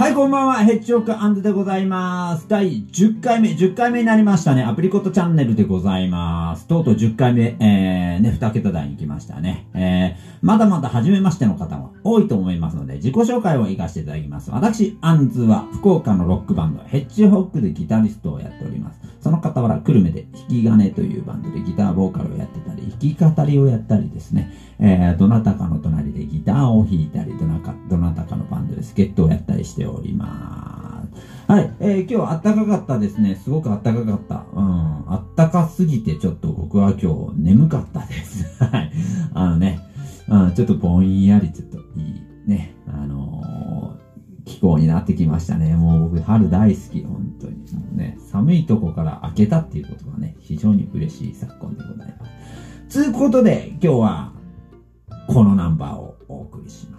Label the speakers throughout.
Speaker 1: はい、こんばんは。ヘッジホック&でございます。第10回目になりましたね。アプリコットチャンネルでございます。とうとう10回目、2桁台に来ましたね。まだまだ初めましての方も多いと思いますので、自己紹介を行かせていただきます。私、アンズは福岡のロックバンド、ヘッジホックでギタリストをやっております。その傍ら、久留米で弾き金というバンドでギターボーカルをやってたり、弾き語りをやったりですね、どなたかの隣でギターを弾いたり、どなたかのバンドで助っ人をやったりしております。はい、今日は暖かかったですね。すごく暖かかった。暖かすぎてちょっと僕は今日眠かったです。はい。ちょっとぼんやりちょっといいね、気候になってきましたね。もう僕春大好き、本当に。もうね、寒いとこから明けたっていうことがね、非常に嬉しい昨今でございます。ということで、今日はこのナンバーをお送りします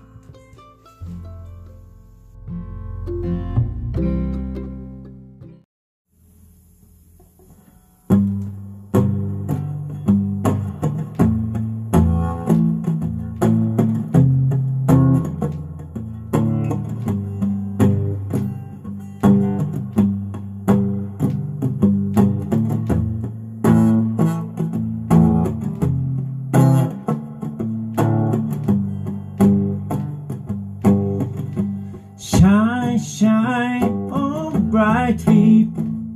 Speaker 1: 。Shine on brightly,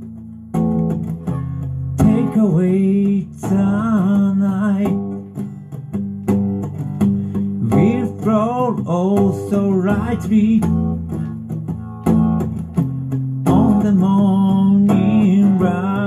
Speaker 1: take away the night. We float oh so lightly on the morning ride.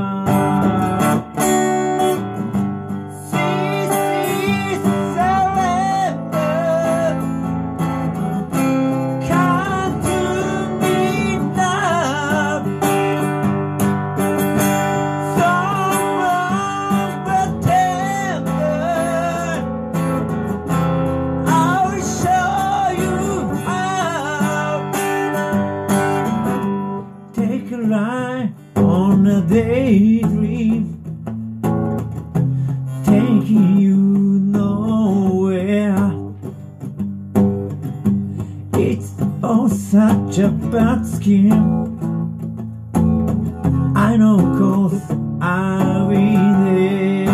Speaker 1: On a daydream, taking you nowhere. It's all such a bad scheme. I know, 'cause I'll be there.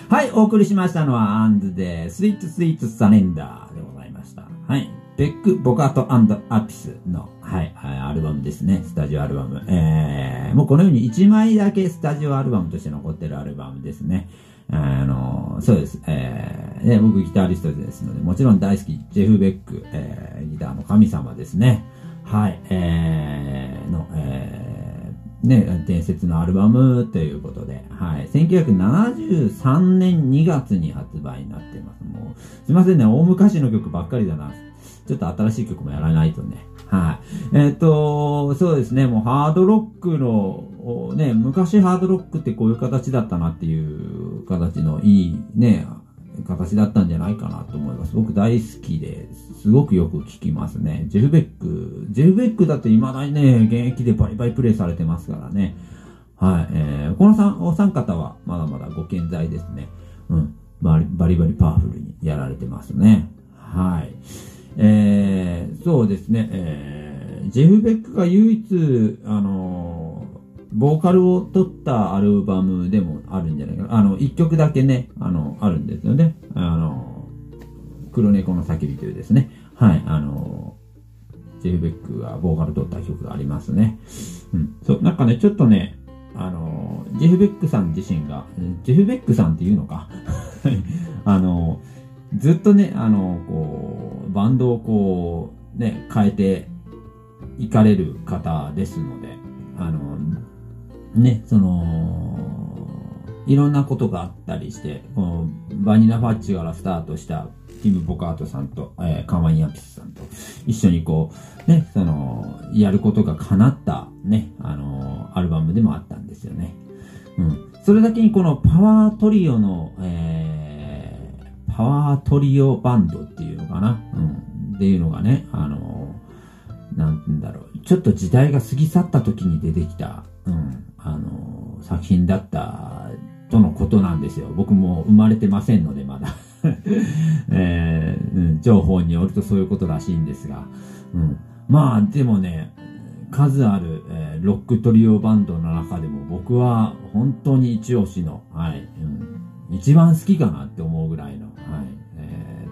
Speaker 1: はい、お送りしましたのは、アンズで、スイートスイートサレンダーでございました。はい。ベック・ボカート&アピスの、はい、アルバムですね。スタジオアルバム。もうこのように1枚だけスタジオアルバムとして残ってるアルバムですね。そうです。僕ギタリストですので、もちろん大好き、ジェフ・ベック、ギターの神様ですね。はい、伝説のアルバムということで、はい、1973年2月に発売になっています。もう、すいませんね、大昔の曲ばっかりだな。ちょっと新しい曲もやらないとね。はい。そうですね、もうハードロックの、ね、昔ハードロックってこういう形だったなっていう形のいいね、形だったんじゃないかなと思います。僕大好きで、すごくよく聴きますね。ジェフ・ベックだって未だにね、現役でバリバリプレイされてますからね。はい。このお三方はまだまだご健在ですね。うん。バリバリパワフルにやられてますね。はい。そうですね。ジェフ・ベックが唯一、ボーカルを取ったアルバムでもあるんじゃないかな。一曲だけね、あるんですよね。黒猫の叫びというですね。はい。ジェフ・ベックがボーカル取った曲がありますね。うん。そう、なんかね、ちょっとね、ジェフ・ベックさん自身が、ジェフ・ベックさんっていうのかずっとね、バンドを変えていかれる方ですので、いろんなことがあったりして、このバニラファッチからスタートしたティム・ボカートさんと、カマイアピスさんと一緒にやることが叶ったね、アルバムでもあったんですよね。うん。それだけにこのパワートリオの、パワートリオバンドっていうのかな。うん。っていうのがね、なんて言うんだろう。ちょっと時代が過ぎ去った時に出てきた、うん。作品だったとのことなんですよ。僕も生まれてませんので、まだ。情報によるとそういうことらしいんですが。うん。まあ、でもね、数ある、ロックトリオバンドの中でも僕は本当に一押しの、はい、うん、一番好きかなって思うぐらいの、はい、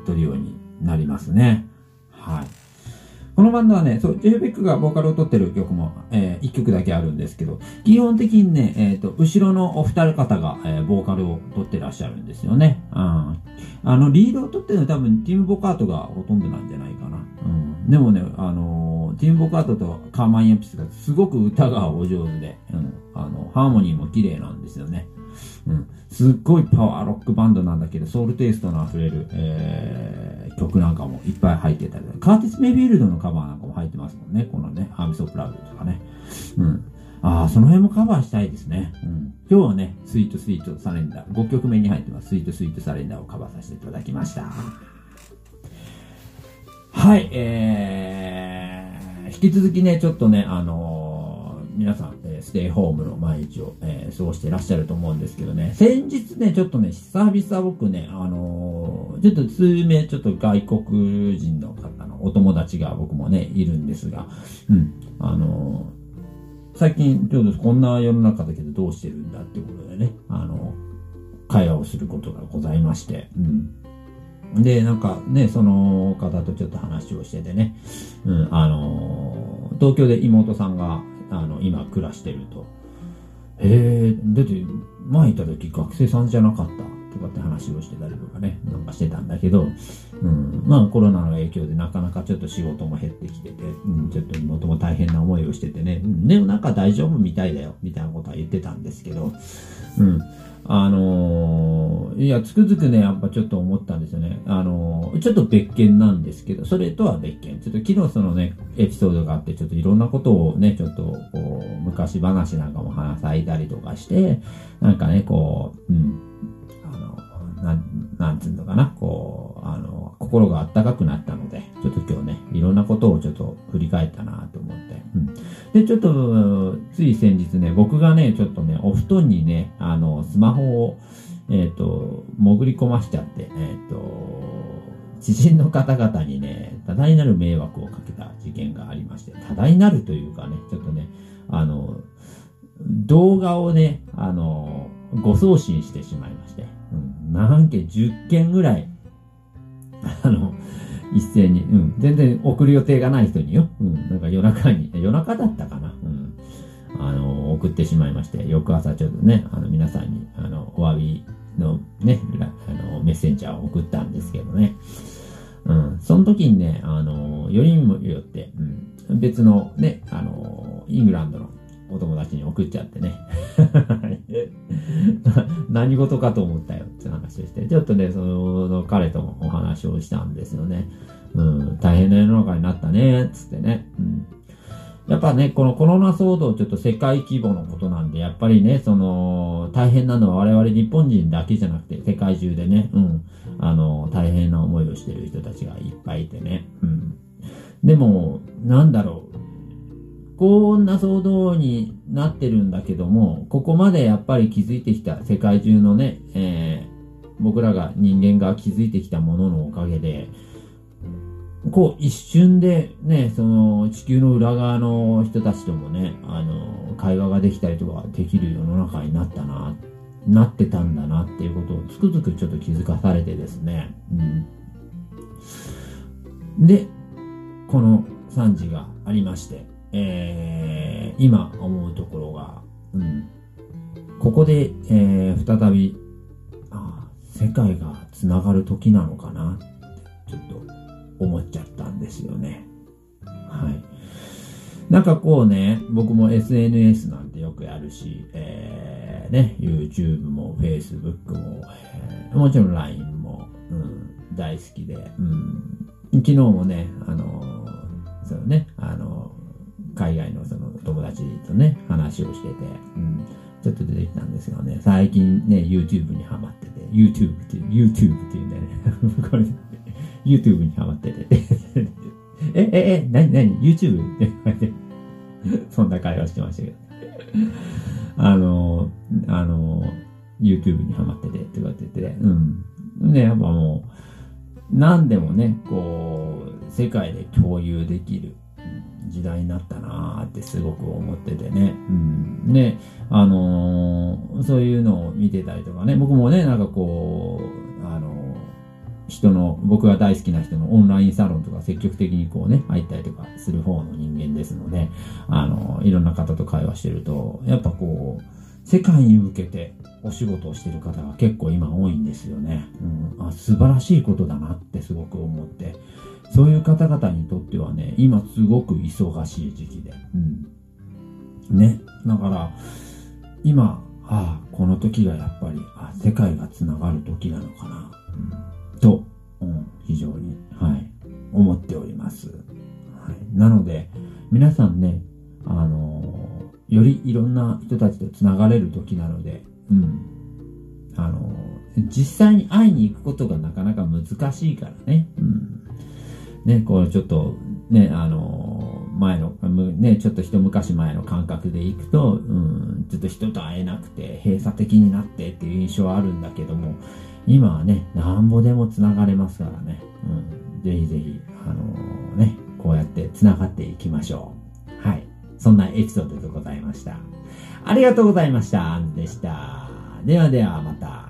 Speaker 1: トリオになりますね。はい。このバンドはね、そう、ジェフ・ベックがボーカルを取ってる曲も、一曲だけあるんですけど、基本的にね、後ろのお二人方が、ボーカルを取ってらっしゃるんですよね。リードを取ってるのは多分ティム・ボカートがほとんどなんじゃないかな。うん。でもね、ティム・ボカートとカーマン・エピスがすごく歌がお上手で、うん。ハーモニーも綺麗なんですよね。うん。すっごいパワーロックバンドなんだけど、ソウルテイストの溢れる、曲なんかもいっぱい入ってたり、カーティス・メイフィールドのカバーなんかも入ってますもんね。このね、アーミソープラウドとかね。うん。その辺もカバーしたいですね。うん。今日はね、スイートスイートサレンダー、5曲目に入ってます。スイートスイートサレンダーをカバーさせていただきました。はい、引き続きね、ちょっとね、皆さん、ステイホームの毎日を、過ごしていらっしゃると思うんですけどね。先日ね、ちょっとね、久々僕ね、ちょっと数名、ちょっと外国人の方のお友達が僕もね、いるんですが、うん、最近、ちょっとこんな世の中だけどどうしてるんだってことでね、会話をすることがございまして、うん。で、なんかね、その方とちょっと話をしててね、うん、東京で妹さんが、今暮らしてると。だって前いた時学生さんじゃなかったとかって話をしてたりとかね、なんかしてたんだけど、うん、まあコロナの影響でなかなかちょっと仕事も減ってきてて、うん、ちょっと妹も大変な思いをしててね、うん、でもなんか大丈夫みたいだよ、みたいなことは言ってたんですけど、うん。いや、つくづくね、やっぱちょっと思ったんですよね。ちょっと別件なんですけど、それとは別件。ちょっと昨日そのね、エピソードがあって、ちょっといろんなことをね、ちょっと、こう、昔話なんかも話されたりとかして、なんかね、こう、うん、なんつうのかな、こう、心があったかくなったので、ちょっと今日ね、いろんなことをちょっと振り返ったなと思って、うん。で、ちょっと、つい先日ね、僕がね、ちょっとね、お布団にね、スマホを、潜り込ましちゃって、知人の方々にね、多大なる迷惑をかけた事件がありまして、多大なるというかね、ちょっとね、動画をね、誤送信してしまいまして、うん、 何件、10件ぐらい、一斉に、全然送る予定がない人によ。なんか夜中だったかな。送ってしまいまして、翌朝ちょっとね、皆さんに、お詫びのね、メッセンジャーを送ったんですけどね。その時にね、よりにもよって、別のね、イングランドのお友達に送っちゃってね。何事かと思ったよって話をして、ちょっとね、その彼ともお話をしたんですよね。大変な世の中になったね、つってね。やっぱね、このコロナ騒動ちょっと世界規模のことなんで、やっぱりね、大変なのは我々日本人だけじゃなくて、世界中でね、大変な思いをしてる人たちがいっぱいいてね。でも、なんだろう。こんな騒動になってるんだけども、ここまでやっぱり築いてきた世界中のね、僕らが人間が築いてきたもののおかげで、こう一瞬でね、その地球の裏側の人たちともね、会話ができたりとかできる世の中になってたんだなっていうことをつくづくちょっと気づかされてですね。で、この惨事がありまして、今思うところが、ここで、再び、世界がつながる時なのかなってちょっと思っちゃったんですよね。はい。なんかこうね、僕も SNS なんてよくやるし、YouTube も Facebook も、もちろん LINE も、大好きで、昨日もね、海外のその友達とね、話をしてて、ちょっと出てきたんですよね。最近ね、YouTube にハマってて、YouTube っていうんだよね。これ、YouTube にハマってて。何 ?YouTube? って言われて、そんな会話してましたけど。YouTube にハマってて、って言われてて、ね、やっぱもう、何でもね、こう、世界で共有できる時代になったなーってすごく思っててね。で、そういうのを見てたりとかね、僕もね、なんかこう、僕が大好きな人のオンラインサロンとか積極的にこうね、入ったりとかする方の人間ですので、いろんな方と会話してると、やっぱこう、世界に向けてお仕事をしてる方が結構今多いんですよね。素晴らしいことだなってすごく思って、そういう方々にとってはね、今すごく忙しい時期で。ね。だから、今、この時がやっぱり、世界がつながる時なのかな。と、非常に、思っております。なので、皆さんね、よりいろんな人たちとつながれる時なので、実際に会いに行くことがなかなか難しいからね。ね、こうちょっと、ね、前の、ね、ちょっと一昔前の感覚で行くと、ちょっと人と会えなくて閉鎖的になってっていう印象はあるんだけども、今はね、なんぼでも繋がれますからね。ぜひぜひ、こうやって繋がっていきましょう。はい。そんなエピソードでございました。ありがとうございました。でした。ではではまた。